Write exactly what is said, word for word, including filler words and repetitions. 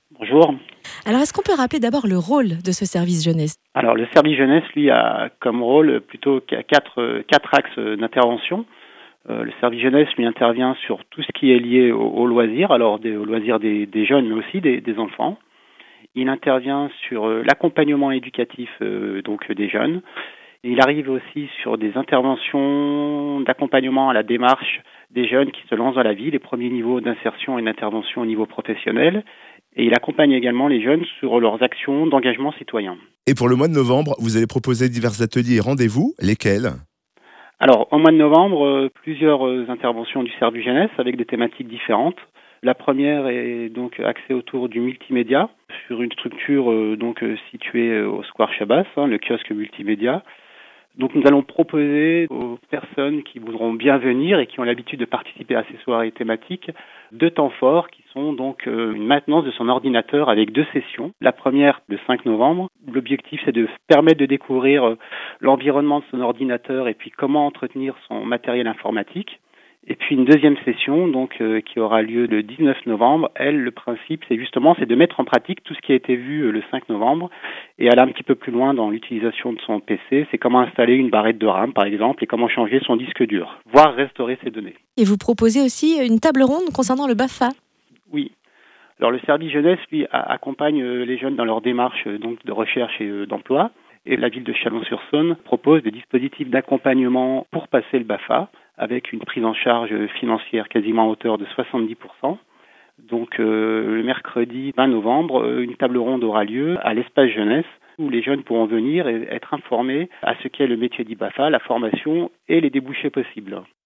Bonjour. Alors, est-ce qu'on peut rappeler d'abord le rôle de ce service jeunesse? Alors, le service jeunesse, lui, a comme rôle plutôt quatre, quatre axes d'intervention. Euh, le service jeunesse, lui, intervient sur tout ce qui est lié au, au loisir, alors des, aux loisirs des, des jeunes, mais aussi des, des enfants. Il intervient sur euh, l'accompagnement éducatif euh, donc des jeunes. Il arrive aussi sur des interventions d'accompagnement à la démarche des jeunes qui se lancent dans la vie, les premiers niveaux d'insertion et d'intervention au niveau professionnel. Et il accompagne également les jeunes sur leurs actions d'engagement citoyen. Et pour le mois de novembre, vous allez proposer divers ateliers et rendez-vous. Lesquels? Alors, au mois de novembre, euh, plusieurs euh, interventions du service jeunesse avec des thématiques différentes. La première est donc axée autour du multimédia, sur une structure euh, donc euh, située euh, au Square Chabas, hein, le kiosque multimédia. Donc nous allons proposer aux personnes qui voudront bien venir et qui ont l'habitude de participer à ces soirées thématiques deux temps forts qui sont donc euh, une maintenance de son ordinateur avec deux sessions. La première le cinq novembre. L'objectif c'est de permettre de découvrir euh, l'environnement de son ordinateur et puis comment entretenir son matériel informatique. Et puis une deuxième session donc euh, qui aura lieu le dix-neuf novembre. Elle, le principe, c'est justement c'est de mettre en pratique tout ce qui a été vu euh, le cinq novembre et aller un petit peu plus loin dans l'utilisation de son P C. C'est comment installer une barrette de RAM, par exemple, et comment changer son disque dur, voire restaurer ses données. Et vous proposez aussi une table ronde concernant le BAFA. Oui. Alors le service jeunesse, lui, a- accompagne euh, les jeunes dans leur démarche euh, donc de recherche et euh, d'emploi. Et la ville de Chalon-sur-Saône propose des dispositifs d'accompagnement pour passer le BAFA, avec une prise en charge financière quasiment à hauteur de soixante-dix pour cent. Donc euh, le mercredi vingt novembre, euh, une table ronde aura lieu à l'espace jeunesse où les jeunes pourront venir et être informés à ce qu'est le métier d'I B A F A, la formation et les débouchés possibles.